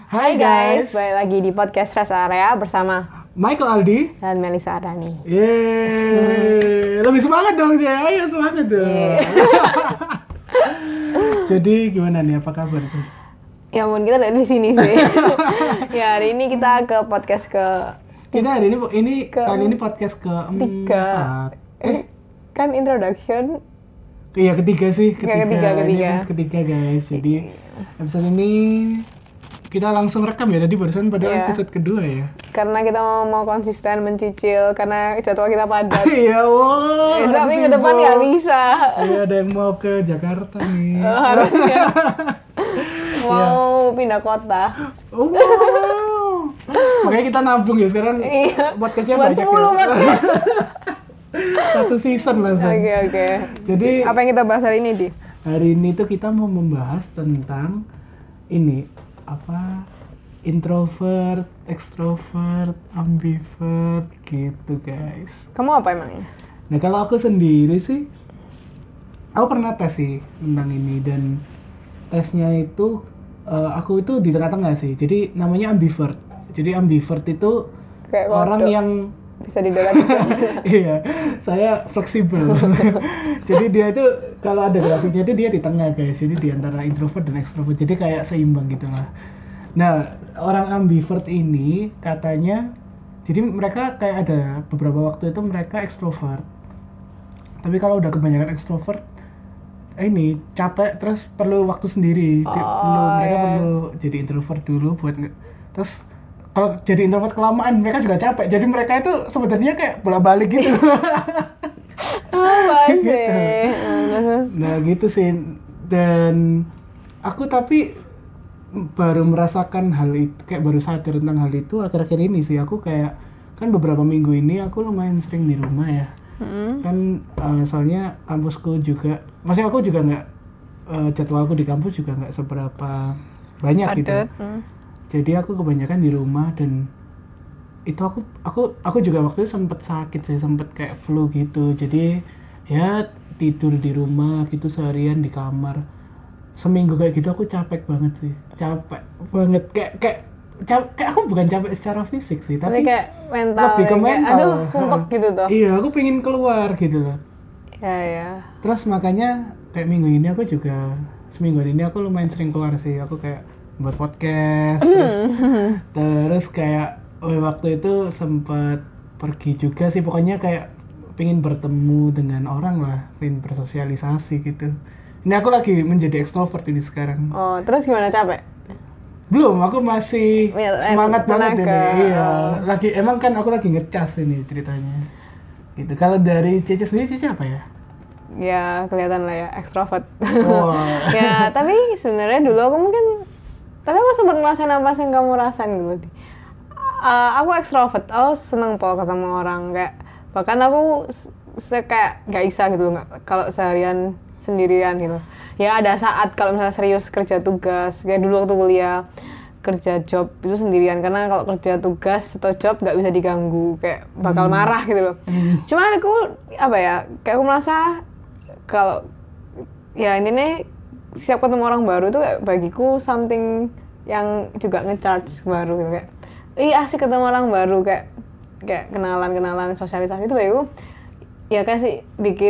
Hai guys, balik lagi di podcast Rest Area bersama Michael Aldi dan Melisa Ardani. Yeay, lebih semangat dong ya, ayo semangat dong. Jadi gimana nih, apa kabar tuh? Ya ampun, kita dari sini sih. Ya hari ini kita ke podcast Kita hari ini kali ini podcast ketiga. Kan introduction. Iya ketiga sih, Ketiga. Ini ketiga guys. Jadi episode ini kita langsung rekam ya, tadi barusan padahal episode kedua ya. Karena kita mau konsisten mencicil karena jadwal kita padat. Iya, wow. Besok minggu depan nggak bisa. Iya, ada yang mau ke Jakarta nih. Harusnya. Mau pindah kota. Oh, wow. Makanya kita nabung ya sekarang. Podcastnya buat banyak 10 ya. podcast. Satu season langsung. Oke. Jadi apa yang kita bahas hari ini, Di? Hari ini tuh kita mau membahas tentang ini introvert, extrovert, ambivert gitu guys. Kamu apa emangnya? Nah kalau aku sendiri sih, aku pernah tes sih tentang ini dan tesnya itu aku itu di tengah-tengah sih. Jadi namanya ambivert. Jadi ambivert itu kayak orang yang bisa didalamkan. Iya, saya fleksibel. Jadi dia itu kalau ada grafiknya itu dia di tengah guys. Jadi di antara introvert dan extrovert. Jadi kayak seimbang gitu lah. Nah, orang ambivert ini katanya, jadi mereka kayak ada beberapa waktu itu mereka extrovert. Tapi kalau udah kebanyakan extrovert, ini capek terus perlu waktu sendiri. Mereka perlu jadi introvert dulu buat terus kalau jadi introvert kelamaan mereka juga capek. Jadi mereka itu sebenarnya kayak bolak-balik gitu. Apa gitu. sih? Nah gitu sih. Dan aku tapi baru merasakan hal itu, kayak baru sadar tentang hal itu akhir-akhir ini sih. Aku kayak kan beberapa minggu ini aku lumayan sering di rumah ya. Kan soalnya kampusku juga, maksudnya aku juga nggak jadwalku di kampus juga nggak seberapa banyak gitu. Jadi aku kebanyakan di rumah dan itu aku juga waktu itu sempet sakit sih, sempet kayak flu gitu. Jadi ya tidur di rumah gitu seharian di kamar. Seminggu kayak gitu aku capek banget sih. Capek banget kayak aku bukan capek secara fisik sih, tapi kayak mental. Lebih ke mental. Aduh, sumpek gitu tuh. Iya, aku pengen keluar gitu loh. Ya. Terus makanya kayak minggu ini aku juga seminggu ini aku lumayan sering keluar sih. Aku kayak buat podcast terus kayak waktu itu sempat pergi juga sih, pokoknya kayak pengen bertemu dengan orang lah, pengen bersosialisasi gitu. Ini aku lagi menjadi extrovert ini sekarang. Oh, terus gimana, capek? Belum, aku masih semangat banget ini. Iya, lagi emang kan aku lagi ngecas ini ceritanya. Gitu. Kalau dari Cece sendiri, Cece apa ya? Ya, kelihatan lah ya, extrovert. Wow. Ya, tapi sebenarnya dulu aku tapi aku sempat ngerasain apa yang kamu rasain gitu. Aku extrovert, aku seneng ketemu orang, kayak bahkan aku kayak nggak bisa gitu kalau seharian sendirian gitu. Ya ada saat kalau misalnya serius kerja tugas, kayak dulu waktu kuliah kerja job itu sendirian, karena kalau kerja tugas atau job nggak bisa diganggu, kayak bakal marah gitu loh. Cuma aku kayak aku merasa kalau ya ini siap ketemu orang baru tuh kayak bagiku something yang juga nge-charge baru gitu, kayak asik ketemu orang baru, kayak kenalan sosialisasi itu bagiku ya kasih bikin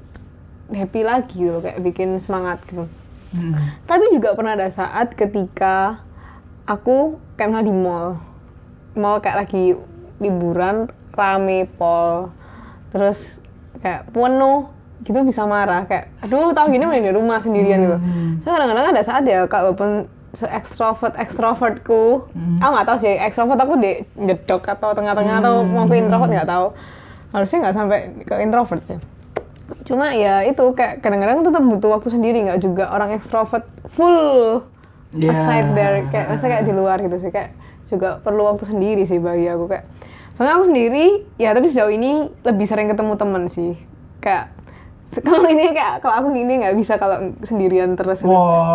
happy lagi gitu, kayak bikin semangat gitu. Tapi juga pernah ada saat ketika aku kayak misalnya di mall kayak lagi liburan rame terus kayak penuh gitu bisa marah, kayak aduh tahu gini main di rumah sendirian gitu. So kadang-kadang ada saat ya kalaupun extrovertku, aku nggak tahu sih extrovert aku di jedok atau tengah-tengah atau mau ke introvert nggak tahu, harusnya nggak sampai ke introvert sih. Cuma ya itu kayak kadang-kadang tetap butuh waktu sendiri, nggak juga orang extrovert full outside there, kayak maksudnya kayak di luar gitu sih, kayak juga perlu waktu sendiri sih bagi aku, kayak soalnya aku sendiri ya, tapi sejauh ini lebih sering ketemu teman sih, kayak kalau ini kayak kalau aku gini nggak bisa kalau sendirian terus,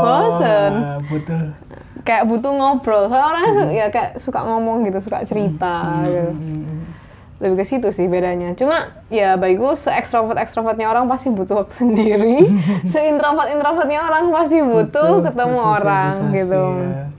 bosen. Kayak butuh ngobrol, soalnya orangnya ya kayak suka ngomong gitu, suka cerita gitu. Lebih ke situ sih bedanya. Cuma ya bagiku se-extrovertnya orang pasti butuh waktu sendiri, se-introvertnya orang pasti butuh ketemu orang gitu.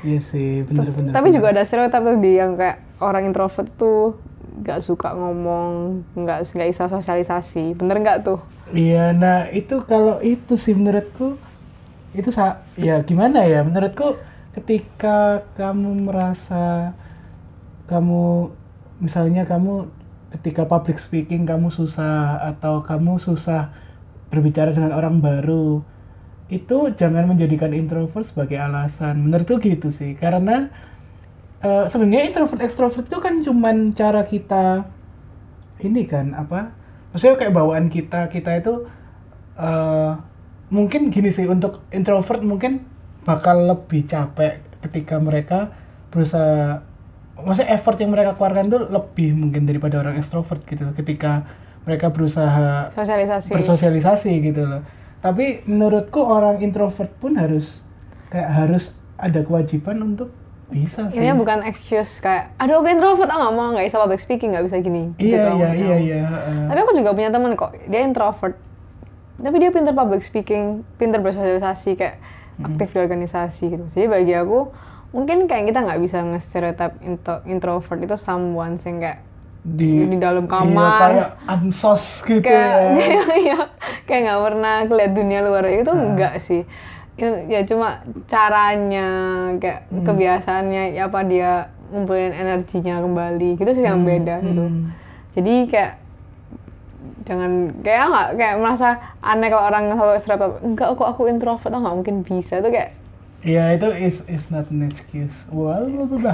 Iya sih, bener-bener. Tapi juga ada stereotip tuh di yang kayak orang introvert tuh nggak suka ngomong, nggak bisa sosialisasi. Bener nggak tuh? Iya, nah itu kalau itu sih menurutku itu ya gimana ya? Menurutku ketika kamu merasa misalnya kamu ketika public speaking kamu susah atau kamu susah berbicara dengan orang baru, itu jangan menjadikan introvert sebagai alasan. Menurutku gitu sih, karena sebenarnya introvert extrovert itu kan cuman cara kita ini kan maksudnya kayak bawaan kita itu mungkin gini sih, untuk introvert mungkin bakal lebih capek ketika mereka berusaha, maksudnya effort yang mereka keluarkan tuh lebih mungkin daripada orang extrovert gitu loh, ketika mereka berusaha bersosialisasi gitu loh. Tapi menurutku orang introvert pun harus ada kewajiban untuk bisa sih. Ini bukan excuse kayak, aduh aku introvert, nggak mau, nggak bisa public speaking, nggak bisa gini. Iya. Tapi aku juga punya teman kok, dia introvert, tapi dia pintar public speaking, pintar bersosialisasi, kayak aktif di organisasi gitu. Jadi bagi aku, mungkin kayak kita nggak bisa nge-stereotype introvert itu someone yang kayak di dalam kamar, kayak ansos gitu kayak nggak pernah ngeliat dunia luar itu. Enggak sih. Ya cuma caranya, kayak kebiasaannya, apa dia ngumpulin energinya kembali gitu sih yang beda gitu. Jadi kayak jangan kayak merasa aneh kalau orang selalu stereotip, enggak kok aku introvert, nggak mungkin bisa tuh kayak. Iya, itu is not an excuse. Wow,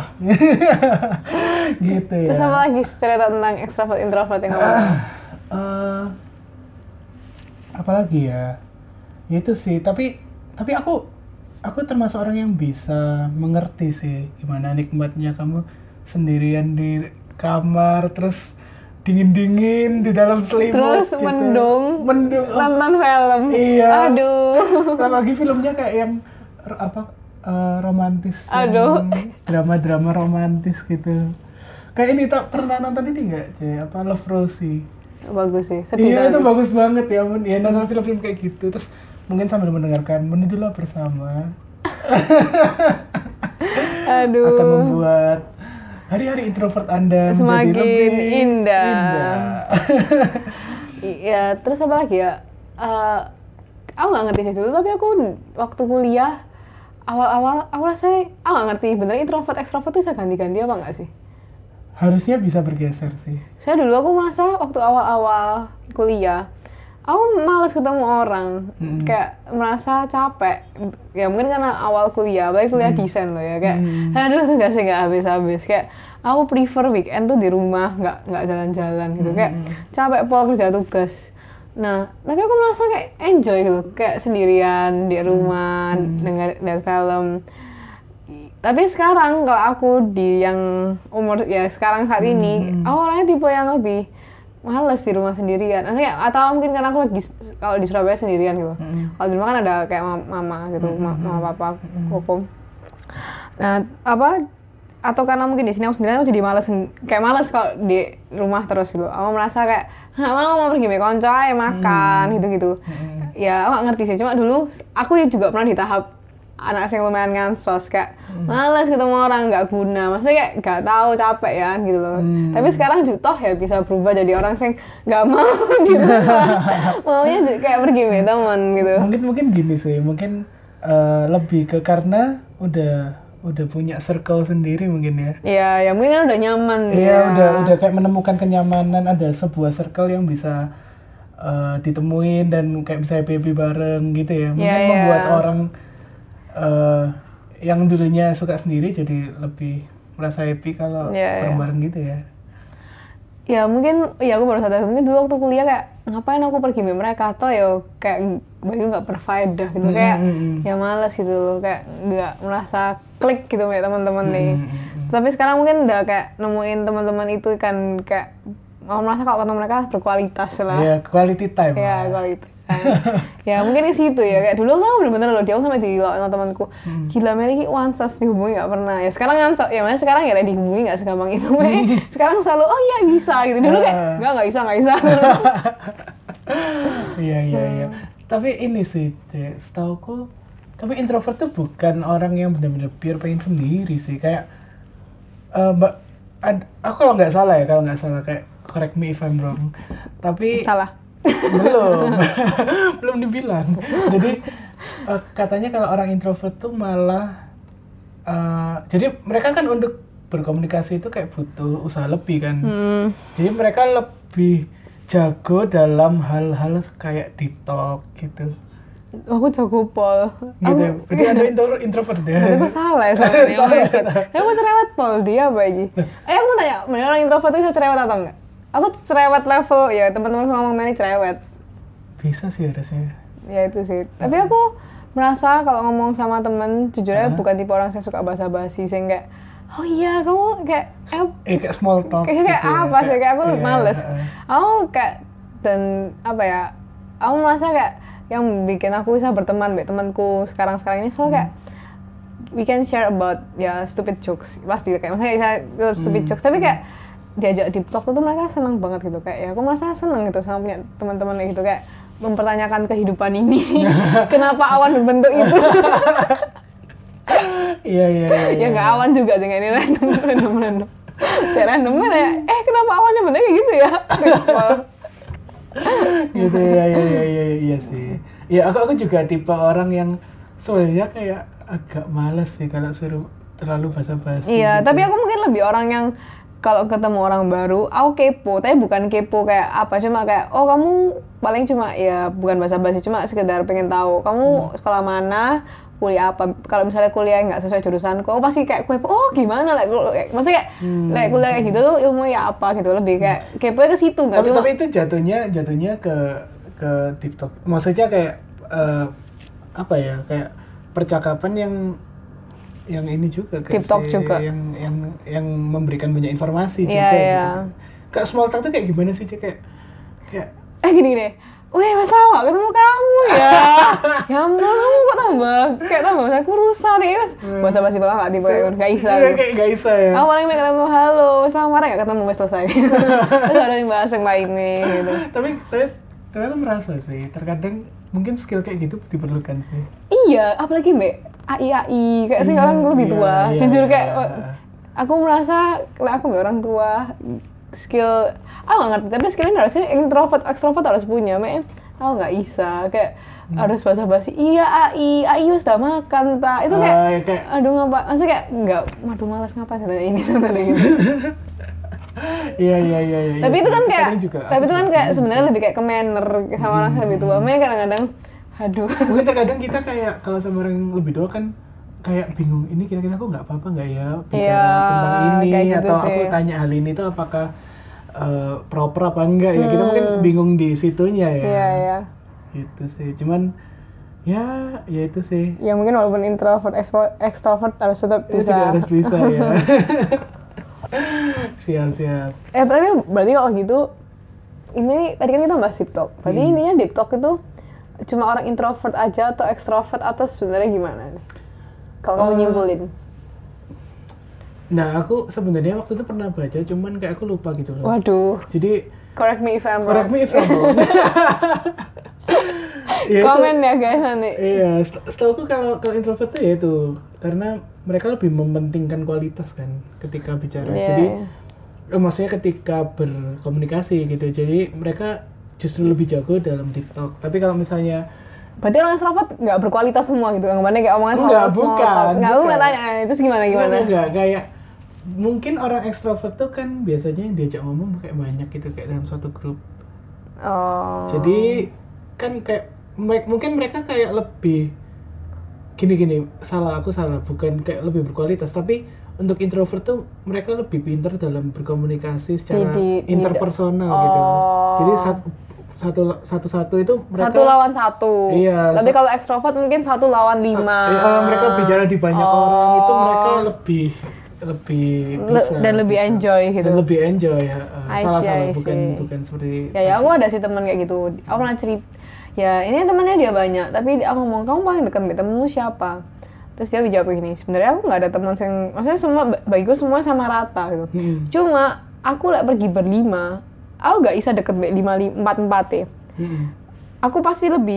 gitu ya. Terus apa lagi stereotip tentang extrovert introvert yang kamu? Apalagi ya? Ya itu sih, tapi aku termasuk orang yang bisa mengerti sih gimana nikmatnya kamu sendirian di kamar, terus dingin-dingin di dalam selimut terus gitu. mendung nonton film. Iya. Aduh. Apalagi filmnya kayak yang romantis. Aduh. Drama-drama romantis gitu. Kayak ini, tak pernah nonton ini nggak, Love Rosie? Bagus sih, sedih. Iya, itu bagus banget ya, ya nonton film-film kayak gitu. Terus mungkin sambil mendengarkan Mendudulah Bersama. Aduh. Akan membuat hari-hari introvert Anda semakin menjadi lebih indah. Iya, terus apa lagi ya? Aku nggak ngerti sih dulu, tapi aku waktu kuliah awal-awal aku rasa aku nggak ngerti bener introvert extrovert tuh bisa ganti-ganti apa nggak sih? Harusnya bisa bergeser sih. Saya dulu aku merasa waktu awal-awal kuliah aku malas ketemu orang, kayak merasa capek. Ya mungkin karena awal kuliah, apalagi kuliah desain loh ya, kayak aduh tugasnya nggak habis-habis. Kayak aku prefer weekend tuh di rumah, nggak jalan-jalan gitu, kayak capek pol kerja tugas. Nah, tapi aku merasa kayak enjoy gitu, kayak sendirian di rumah, lihat film. Tapi sekarang kalau aku di yang umur ya sekarang saat ini, aku orangnya tipe yang lebih males di rumah sendirian. Maksudnya atau mungkin karena aku lagi kalau di Surabaya sendirian gitu. Kalau di rumah kan ada kayak mama gitu, mama papa, kokom. Nah, atau karena mungkin di sini aku sendirian, aku jadi males kalau di rumah terus gitu. Aku merasa kayak mau pergi sama konco aja makan gitu-gitu. Ya, aku gak ngerti sih. Cuma dulu aku juga pernah di tahap anak yang lumayan ngansos, kayak males ketemu orang, nggak guna, maksudnya kayak nggak tahu, capek ya gitu loh. Tapi sekarang toh ya bisa berubah jadi orang yang nggak mau gitu, maunya kayak pergi sama teman gitu. Mungkin gini sih, mungkin lebih ke karena udah punya circle sendiri mungkin ya. Iya, ya mungkin kan udah nyaman. Iya, udah kayak menemukan kenyamanan, ada sebuah circle yang bisa ditemuin dan kayak bisa happy bareng gitu ya. Mungkin membuat orang yang dulunya suka sendiri jadi lebih merasa happy kalau bareng-bareng gitu ya. Ya mungkin, aku baru sadar, mungkin dulu waktu kuliah kayak ngapain aku pergi sama mereka, atau ya kayak bagi nggak berfaedah gitu, kayak ya malas gitu loh, kayak nggak merasa klik gitu sama teman-teman nih. Tapi sekarang mungkin udah kayak nemuin teman-teman itu kan, kayak mau merasa kalau ketemu mereka berkualitas lah. Iya, quality time. Iya, quality time. Ya mungkin di situ ya, kayak dulu aku bener-bener loh, dia sampai dilawan sama temanku, gila Meli ki wansos dihubungi nggak pernah. Ya sekarang kan, ya makanya sekarang ya dihubungi nggak segampang itu. Sekarang selalu oh iya bisa gitu. Dulu kayak nggak bisa. Iya. Tapi ini sih, setauku Tapi introvert tuh bukan orang yang benar-benar pure pengen sendiri sih. Kayak aku kalau nggak salah kayak correct me if I'm wrong. Tapi Salah. belum dibilang. Jadi katanya kalau orang introvert tuh malah jadi mereka kan untuk berkomunikasi itu kayak butuh usaha lebih kan. Jadi mereka lebih jago dalam hal-hal kayak deep talk gitu. Aku jago pol. Gitu. Berarti Anda introvert ya? Berarti aku salah ya soalnya. Aku cerewet pol, dia apa lagi? Aku mau tanya, bener orang introvert itu bisa cerewet atau enggak? Aku cerewet level, ya teman-teman ngomong Meli cerewet. Bisa sih harusnya. Ya itu sih. Tapi aku merasa kalau ngomong sama temen, jujur aja bukan tipe orang yang suka basa-basi, sehingga oh iya kamu kayak kayak small talk kayak gitu apa ya? sih, kayak aku males. Aku kayak, dan apa ya, aku merasa kayak yang bikin aku bisa berteman dengan temanku sekarang ini soalnya kayak we can share about ya stupid jokes pasti kayak misalnya stupid jokes, tapi kayak diajak deep talk itu mereka seneng banget gitu, kayak ya aku merasa seneng gitu sama punya teman-teman kayak gitu, kayak mempertanyakan kehidupan ini. Kenapa awan berbentuk itu? Iya. Ya nggak awan juga sih, ini random. Cek random kan ya, kenapa awannya bentuknya kayak gitu ya? Gitu iya sih. Ya aku juga tipe orang yang sebenarnya kayak agak malas sih kalau suruh terlalu basa-basi. Iya, gitu. tapi aku mungkin lebih orang yang kalau ketemu orang baru, aku kepo, tapi bukan kepo kayak apa, cuma kayak oh kamu paling cuma ya bukan basa-basi, cuma sekedar pengen tahu kamu sekolah mana, kuliah apa. Kalau misalnya kuliah nggak sesuai jurusanku, aku pasti kayak kepo, oh gimana lah, maksudnya kayak kuliah kayak gitu tuh ilmu ya apa gitu, lebih kayak kepo ke situ nggak cuma. Tapi itu jatuhnya ke TikTok. Maksudnya kayak apa ya, kayak percakapan yang ini juga kayak TikTok juga yang memberikan banyak informasi juga iya. gitu. Kayak small talk tuh kayak gimana sih, kayak gini deh. Wih, Mas Lama, ketemu kamu ya. Ya ampun, kamu kok tambah saya rusak nih, Mas. Basa-basi banget nggak tipe nggak bisa. Iya, kayak nggak bisa ya. Aku paling ketemu halo, Mas Lama nggak ketemu, Mas selesai. Terus ada yang bahas yang lain nih gitu. Tapi aku merasa sih, terkadang mungkin skill kayak gitu diperlukan sih. Iya, apalagi Mbak AI kayak sih orang lebih tua. Iya, Jujur kayak aku merasa kalau aku orang tua skill aku nggak ngerti, tapi skillnya harusnya introvert extrovert harus punya. Aku nggak bisa kayak harus basa-basi. Iya AI udah makan tak itu kayak aduh ngapa, maksudnya kayak nggak, aduh malas ngapain sebenarnya ini sebenarnya gitu. Iya. Tapi itu kan kayak, tapi itu kan kayak sebenarnya lebih kayak ke manner sama orang yang lebih tua. Makanya kadang-kadang aduh. Mungkin terkadang kita kayak kalau sama orang yang lebih tua kan kayak bingung, ini kira-kira aku nggak apa-apa nggak ya bicara tentang ini, gitu atau sih. aku tanya hal ini tuh apakah proper apa enggak ya, kita mungkin bingung di situnya ya. Iya. Gitu sih, cuman ya itu sih. Ya mungkin walaupun introvert extrovert harus tetap bisa. Juga harus bisa ya. Siap. Tapi berarti kalau gitu, ini tadi kan kita bahas deep talk. Berarti intinya deep talk itu cuma orang introvert aja atau extrovert atau sebenarnya gimana nih? Kalau kamu nyimpulin. Nah, aku sebenarnya waktu itu pernah baca, cuman kayak aku lupa gitu loh. Waduh. Jadi Correct me if I'm wrong. Ya, komen ya guys nanti. Iya, setahu aku kalau introvert tuh ya itu karena mereka lebih mementingkan kualitas kan ketika bicara. Jadi maksudnya ketika berkomunikasi gitu. Jadi mereka justru lebih jago dalam TikTok. Tapi kalau misalnya berarti orang extrovert nggak berkualitas semua gitu, anggapannya kayak omongan bukan. Nggak, aku nggak tanya, itu gimana? Enggak, kayak mungkin orang extrovert tuh kan biasanya yang diajak ngomong kayak banyak gitu, kayak dalam suatu grup. Oh. Jadi kan kayak mungkin mereka kayak lebih gini, aku salah, bukan kayak lebih berkualitas, tapi untuk introvert tuh mereka lebih pintar dalam berkomunikasi secara interpersonal gitu. Jadi satu itu mereka 1 lawan 1. Iya. Tapi kalau extrovert mungkin 1 lawan 5. Mereka bicara di banyak orang itu mereka lebih bisa dan lebih enjoy gitu. Dan lebih enjoy ya. Salah bukan seperti. Ya aku ada sih teman kayak gitu. Aku pernah cerita. Ya ini temannya dia banyak, tapi aku ngomong kamu paling dekat sama temenmu siapa? Terus dia jawab gini, sebenarnya aku nggak ada teman yang, maksudnya semua bagiku semua sama rata gitu. Cuma aku lah pergi berlima, aku nggak bisa deket 4-4 ya. Aku pasti lebih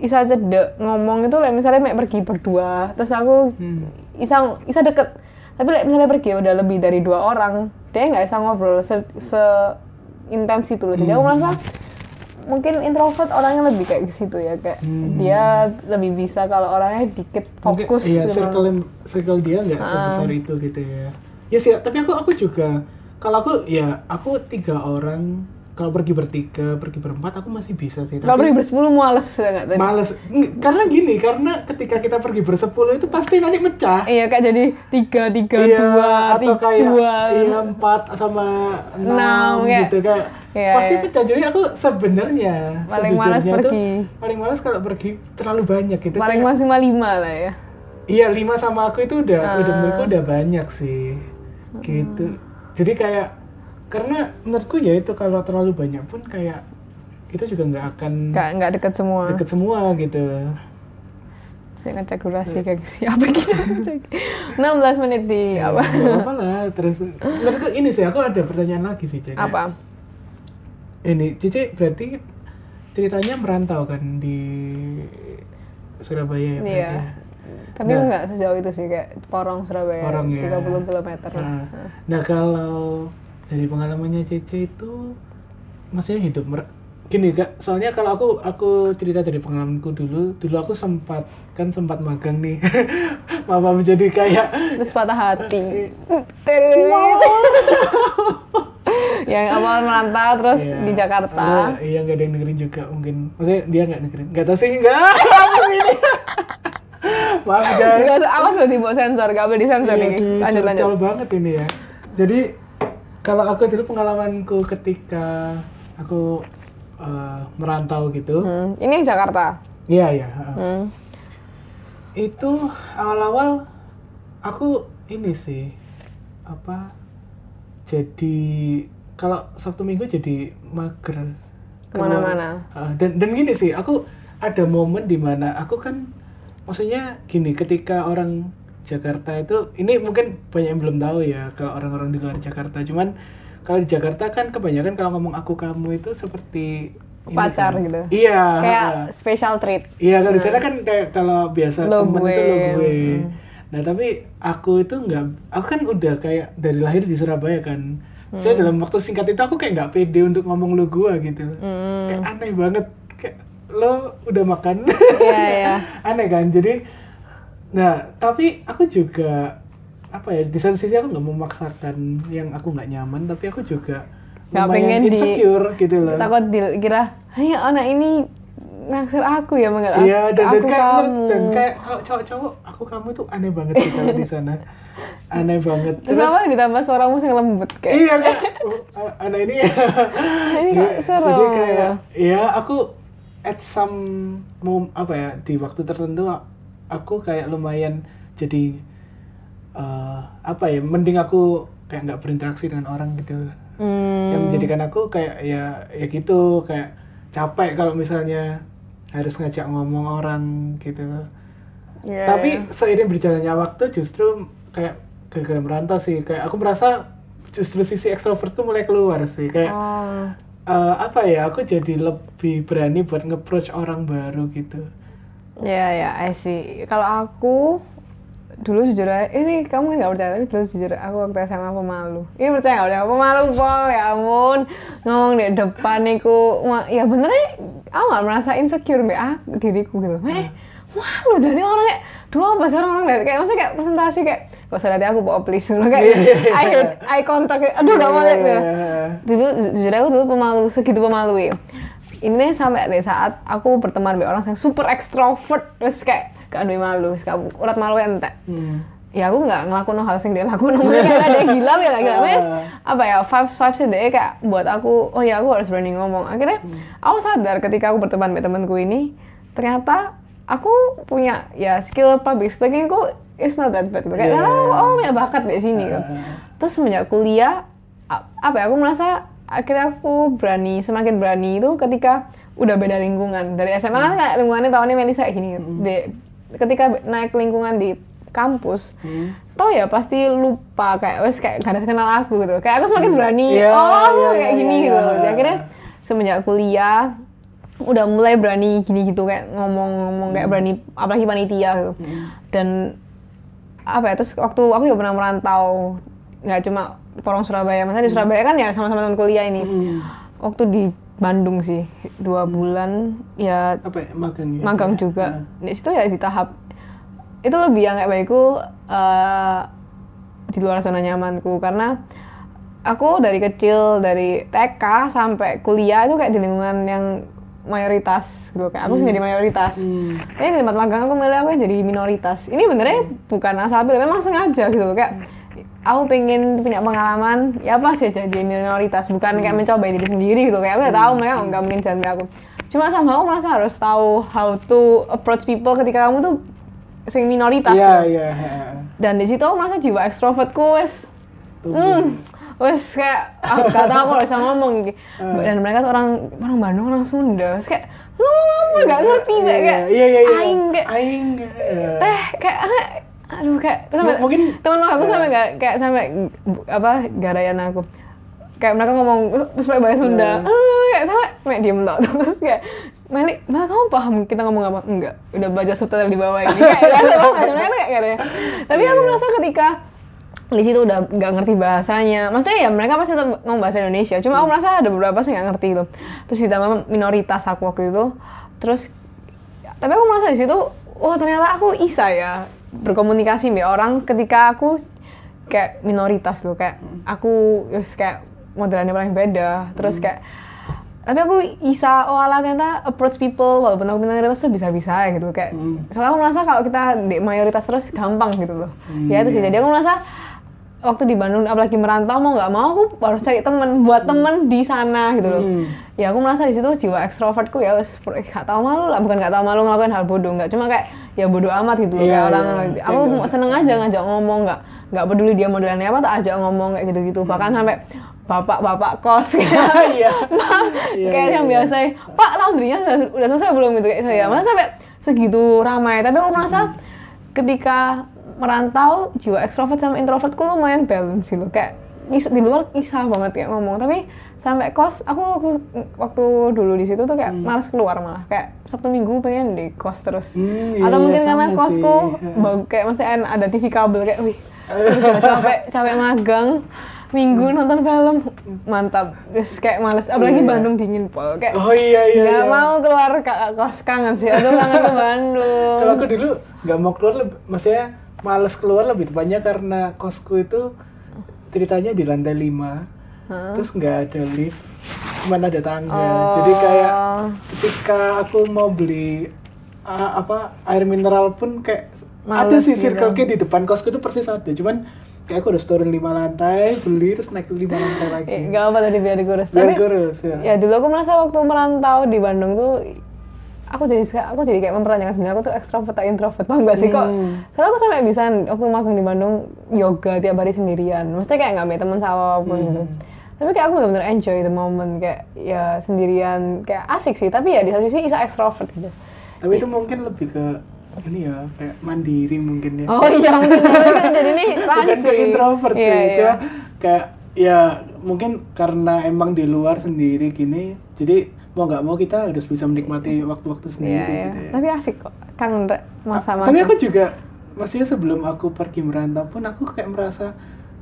bisa cedek ngomong itu misalnya pergi berdua terus aku bisa deket, tapi misalnya pergi udah lebih dari 2 orang dia nggak bisa ngobrol intens itu loh. Jadi aku merasa mungkin introvert orangnya lebih kayak gitu ya, kayak dia lebih bisa kalau orangnya dikit fokus. Iya, circle dia nggak sebesar itu gitu ya. Ya sih, tapi aku juga kalau aku 3 orang. Kalau pergi bertiga, pergi berempat aku masih bisa sih. Kalau pergi bersepuluh males sudah nggak tadi? Males, karena ketika kita pergi bersepuluh itu pasti nanti mecah. Iya, kayak jadi 3, 2, atau kayak 4 sama 6 gitu kayak pasti pecah. Jadi aku sebenarnya paling malas pergi. Paling malas kalau pergi terlalu banyak gitu. Paling maksimal 5 lah ya. Iya, 5 sama aku itu udah menurutku udah banyak sih. Gitu. Jadi kayak karena menurutku ya itu kalau terlalu banyak pun kayak kita juga nggak akan deket semua gitu. Saya ngecek durasi kayak siapa kita ngecek 16 menit di apa? Apa lah. Terus menurutku ini sih aku ada pertanyaan lagi sih, Cek. Apa? Ini Cici berarti ceritanya merantau kan di Surabaya ya berarti ya? Tapi nggak sejauh itu sih, kayak Porong Surabaya, 30 km. Nah kalau dari pengalamannya Cece itu maksudnya hidup gini Kak, soalnya kalau aku cerita dari pengalamanku dulu aku sempat magang nih. Maaf jadi kayak terus patah hati. Yang awal merantau terus di Jakarta. Iya, nggak ada yang dengerin juga mungkin. Maksudnya dia nggak dengerin. Nggak tahu sih, nggak. Apa sih ini? Maaf guys. Awas loh dibawa sensor, nggak boleh disensor nih. Lanjut. Jauh banget ini ya. Jadi kalau aku dulu pengalamanku ketika aku merantau gitu. Ini Jakarta? Iya. Itu awal-awal aku ini sih jadi kalau Sabtu Minggu jadi mager kemana-mana. Dan gini sih, aku ada momen di mana aku kan maksudnya gini, ketika orang Jakarta itu, ini mungkin banyak yang belum tahu ya kalau orang-orang di luar Jakarta. Cuman kalau di Jakarta kan kebanyakan kalau ngomong aku kamu itu seperti pacar kan. gitu. Iya. Kayak special treat. Iya, kalau di sana kan kayak kalau biasa temen itu lo gue. Nah tapi aku itu aku kan udah kayak dari lahir di Surabaya kan. Saya dalam waktu singkat itu aku kayak nggak pede untuk ngomong lo gue gitu. Kayak aneh banget. Kayak lo udah makan. Iya. Aneh kan, jadi nah, tapi aku juga di satu sisi aku nggak memaksakan yang aku nggak nyaman, tapi aku juga lumayan insecure gitu loh. Takut dikira, ayo anak ini naksir aku ya, mengenal iya, dan kayak kalau cowok-cowok aku kamu itu aneh banget sih kalau di sana. Aneh banget. Terus apa ditambah suaramu yang lembut kayak. Iya kan, anak ini ya. Ini seru. Jadi kayak aku at some di waktu tertentu aku kayak lumayan jadi mending aku kayak nggak berinteraksi dengan orang gitu. Yang menjadikan aku kayak ya gitu, kayak capek kalau misalnya harus ngajak ngomong orang gitu. Tapi seiring berjalannya waktu justru kayak gara-gara merantau sih, kayak aku merasa justru sisi ekstrovertku mulai keluar sih, kayak aku jadi lebih berani buat nge-approach orang baru gitu. Ya, I see. Kalau aku dulu jujur aja, ini kamu nggak percaya, tapi dulu jujur aku waktu SMA pemalu. Ini percaya nggak percaya? Pemalu pol, ya ampun, ngomong di depan niku, ya benernya aku nggak merasa insecure diriku gitu. Malu jadi orang kayak bahasa orang dari kayak maksudnya kayak presentasi kayak kok usah lihat aku bawa please loh kayak eye contact, aduh gak mau lihat gitu. Dulu jujur aku dulu pemalu, segitu pemalu ya. Ini sampai di saat aku berteman dengan orang yang super ekstrovert, terus kayak gak ada malu, kamu urat malu ente. Ya aku nggak ngelakuin hal yang dia lakuin, mungkin kayak ada gila ya gila. Vibes dia kayak buat aku, oh ya aku harus berani ngomong. Akhirnya aku sadar ketika aku berteman dengan temanku ini, ternyata aku punya skill public speakingku is not that bad. Kayak punya bakat di sini. Terus semenjak kuliah, aku merasa akhirnya aku semakin berani itu ketika udah beda lingkungan. Dari SMA kan kayak lingkungannya tahunnya Melisa kayak gini. Ketika naik lingkungan di kampus, tau ya pasti lupa kayak gak ada kenal aku gitu. Kayak aku semakin berani, kayak gini gitu. Jadi akhirnya semenjak kuliah udah mulai berani gini gitu kayak ngomong kayak berani apalagi panitia gitu. Dan apa ya, terus waktu aku juga pernah merantau nggak cuma Porong Surabaya, maksudnya di Surabaya kan ya sama-sama teman kuliah ini. Waktu di Bandung sih 2 bulan ya, apa ya, magang ya? Magang juga. Di situ ya di tahap itu lebih yang kayak bagiku di luar zona nyamanku, karena aku dari kecil, dari TK sampai kuliah itu kayak di lingkungan yang mayoritas gitu, kayak aku sendiri mayoritas. Tapi di tempat magang aku milih aku yang jadi minoritas. Ini benernya bukan asal pilih, memang sengaja gitu, kayak aku pengen punya pengalaman ya pasti jadi minoritas, bukan kayak mencoba diri sendiri gitu, kayak aku udah tahu mereka nggak mungkin jangan aku. Cuma sama aku merasa harus tahu how to approach people ketika kamu tuh sing minoritas. Iya. Dan di situ aku merasa jiwa ekstrovertku wes kayak gak tau aku bisa ngomong gitu. Dan mereka tuh orang Bandung, orang Sunda. Terus kayak ngomong apa gak ngerti kayak aing kayak aduh kayak mungkin teman aku sampai garayan aku. Kayak mereka ngomong terus pakai bahasa Sunda. Kayak sampai diem loh. Terus kayak Mel, kamu paham kita ngomong apa? Enggak. Udah baca subtitle di bawah ini. Kayak tapi aku merasa ketika di situ udah nggak ngerti bahasanya. Maksudnya ya mereka pasti tetap ngomong bahasa Indonesia. Cuma aku merasa ada beberapa sih nggak ngerti gitu. Terus ditambah minoritas aku waktu itu. Terus tapi aku merasa di situ, wah ternyata aku bisa ya berkomunikasi sama orang ketika aku kayak minoritas loh. Kayak aku kayak modelannya paling beda. Terus kayak tapi aku bisa ternyata approach people walaupun aku minoritas tuh bisa-bisa ya gitu kayak. Soalnya aku merasa kalau kita di mayoritas terus gampang gitu loh. Ya itu sih. Jadi aku merasa waktu di Bandung apalagi merantau mau nggak mau aku harus cari temen buat temen di sana gitu loh. Ya aku merasa di situ jiwa ekstrovertku ya wes nggak tahu malu lah, bukan nggak tahu malu ngelakuin hal bodoh, nggak cuma kayak ya bodoh amat gitu loh. Kayak orang aku seneng aja ngajak ngomong, nggak peduli dia modelannya apa tak ajak ngomong kayak gitu-gitu. Bahkan sampai bapak kos kayak yang biasa, Pak laundrynya udah selesai belum gitu kayak saya. Masa sampai segitu ramai. Tapi aku merasa ketika merantau jiwa ekstrovert sama introvertku lumayan balance gitu, kayak di luar kisah banget kayak ngomong, tapi sampai kos aku waktu dulu di situ tuh kayak malas keluar, malah kayak Sabtu Minggu pengen di kos terus. Atau mungkin karena kosku kayak masih ada TV kabel kayak wih capek magang Minggu nonton film mantap, terus kayak males, apalagi Bandung dingin pol kayak nggak mau keluar kos, kangen sih, aduh kangen ke Bandung. Kalau aku dulu nggak mau keluar, maksudnya males keluar lebih tepatnya karena kosku itu ceritanya di lantai 5, terus nggak ada lift, cuma ada tangga. Jadi kayak ketika aku mau beli air mineral pun kayak males ada sih Circle K di depan kosku itu persis ada, cuman kayak aku harus turun 5 lantai, beli, terus naik 5 lantai lagi. Gak apa tadi biar dikurus. Biar kurus, ya. Ya dulu aku merasa waktu merantau di Bandung tuh, aku jadi kayak mempertanyakan sebenarnya aku tuh ekstrovert atau introvert, paham gak sih kok? Soalnya aku sampai bisa waktu magang di Bandung yoga tiap hari sendirian. Maksudnya kayak gak punya teman sama apapun gitu. Tapi kayak aku benar-benar enjoy the moment, kayak ya sendirian, kayak asik sih. Tapi ya di satu sisi bisa ekstrovert gitu. Tapi itu mungkin lebih ke ini ya, kayak mandiri mungkin ya. Oh iya mungkin jadi nih bukan ke introvert sih, cuma kayak ya mungkin karena emang di luar sendiri gini, jadi mau nggak mau kita harus bisa menikmati waktu-waktu sendiri gitu ya. Tapi asik kok, kangen masa-masa. Tapi aku juga, maksudnya sebelum aku pergi merantau pun aku kayak merasa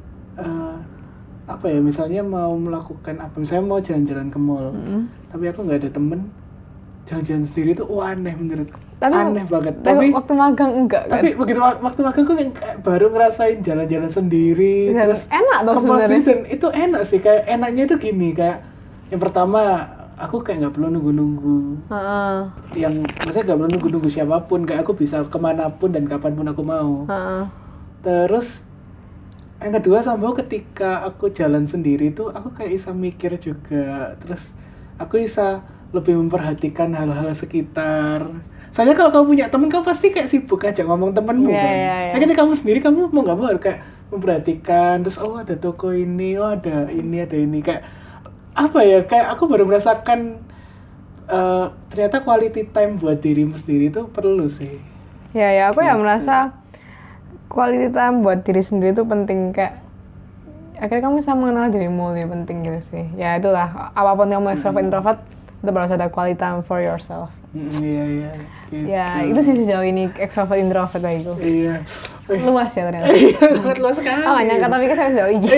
apa ya, misalnya mau melakukan apa, misalnya mau jalan-jalan ke mall, tapi aku nggak ada temen, jalan-jalan sendiri tuh aneh menurutku. Aneh banget. Tapi waktu magang enggak kan? Tapi begitu waktu magang aku kayak baru ngerasain jalan-jalan sendiri, terus enak tuh sebenarnya. Dan itu enak sih, kayak enaknya itu gini, kayak yang pertama aku kayak nggak perlu nunggu-nunggu. Yang maksudnya nggak perlu nunggu-nunggu siapapun, kayak aku bisa kemanapun dan kapanpun aku mau. Terus yang kedua, sama ketika aku jalan sendiri tuh aku kayak bisa mikir juga, terus aku bisa lebih memperhatikan hal-hal sekitar. Soalnya kalau kamu punya temen, kamu pasti kayak sibuk aja ngomong temenmu kan. Nah, ketika kamu sendiri, kamu mau nggak mau kayak memperhatikan, terus ada toko ini, ada ini, kayak apa ya, kayak aku baru merasakan ternyata quality time buat dirimu sendiri itu perlu sih. Ya aku ya merasa quality time buat diri sendiri itu penting, kayak akhirnya kamu bisa mengenal dirimu lebih penting gitu sih. Ya itulah, apapun yang mau extrovert introvert, Tetap harus ada quality time for yourself. Iya. Gitu. Ya, itu sih sejauh ini extrovert introvert bagiku. Iya. Luas ya ternyata. Iya, sangat luas sekali. Oh, nyangka tapi saya sejauh ini.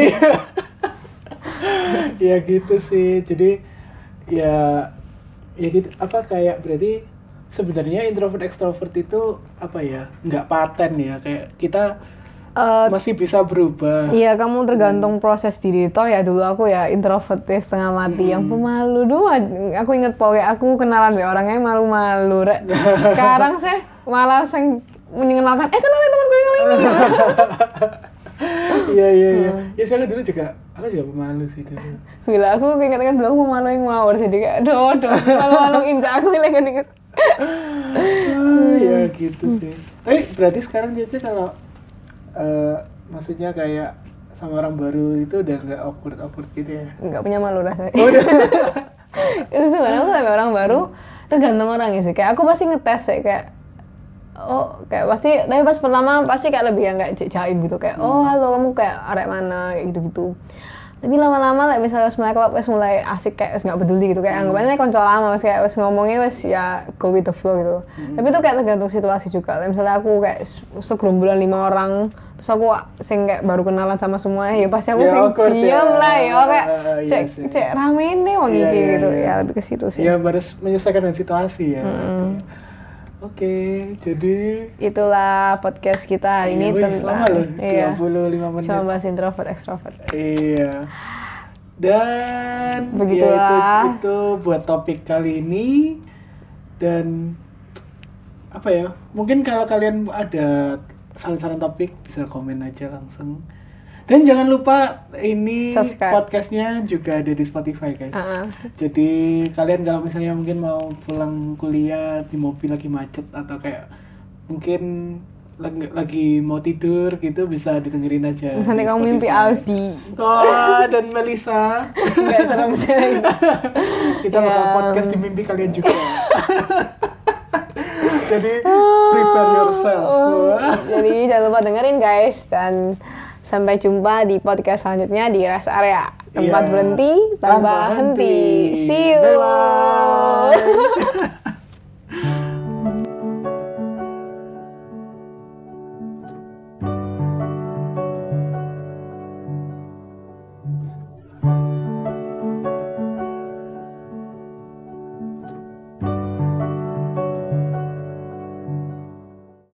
Ya gitu sih. Jadi ya gitu, apa kayak berarti sebenarnya introvert extrovert itu apa ya? Nggak paten ya, kayak kita masih bisa berubah. Iya, kamu tergantung proses diri. Toh ya dulu aku ya introvert ya, setengah mati, yang pemalu dulu. Aku inget pokoknya aku kenalan deh orangnya malu-malu. Rek. Sekarang saya malah mengenalkan, kenalin teman gue yang lain. Iya. Ya saya dulu juga, aku juga pemalu sih dulu. Bila aku ingat-ingat dulu aku pemalu yang ngawur, jadi kayak dodo, malu-malu injak aku ingat-ingat. Ya gitu sih. Tapi berarti sekarang Cece kalau maksudnya kayak sama orang baru itu udah nggak awkward gitu ya? Nggak punya malu rasanya. Oh, udah. Itu sebenarnya aku sama orang baru tergantung orangnya sih. Kayak aku pasti ngetes ya, kayak kayak pasti, tapi pas pertama pasti kayak lebih yang kayak jaim gitu, kayak halo kamu kayak arek mana kayak gitu-gitu. Tapi lama-lama like, misalnya wes mulai asik, kayak wes nggak peduli gitu, kayak anggapannya konco lama, wes kayak wes ngomongnya wes ya go with the flow gitu. Tapi itu kayak tergantung situasi juga. Misalnya aku kayak segerombolan 5 orang, terus aku sing kayak baru kenalan sama semuanya, ya pasti aku sing diam lah ya, kayak cek rame nih wong iki gitu. Ya lebih ke situ sih. Ya harus menyesuaikan dengan situasi ya. Oke, jadi itulah podcast kita hari ini tentang lama loh, 35 menit. Cuma bahas introvert extrovert. Iya. Dan begitulah. Ya, itu buat topik kali ini. Dan apa ya? Mungkin kalau kalian ada saran-saran topik bisa komen aja langsung. Dan jangan lupa ini subscribe. Podcastnya juga ada di Spotify guys. Jadi kalian kalau misalnya mungkin mau pulang kuliah di mobil lagi macet atau kayak mungkin lagi mau tidur gitu bisa didengerin aja. Misalnya kamu mimpi Aldi. Dan Melisa. Enggak serem sih. Kita bakal podcast di mimpi kalian juga. Jadi prepare yourself. Jadi jangan lupa dengerin guys, dan sampai jumpa di podcast selanjutnya di Rest Area. Tempat berhenti tanpa henti. See you. Bye-bye.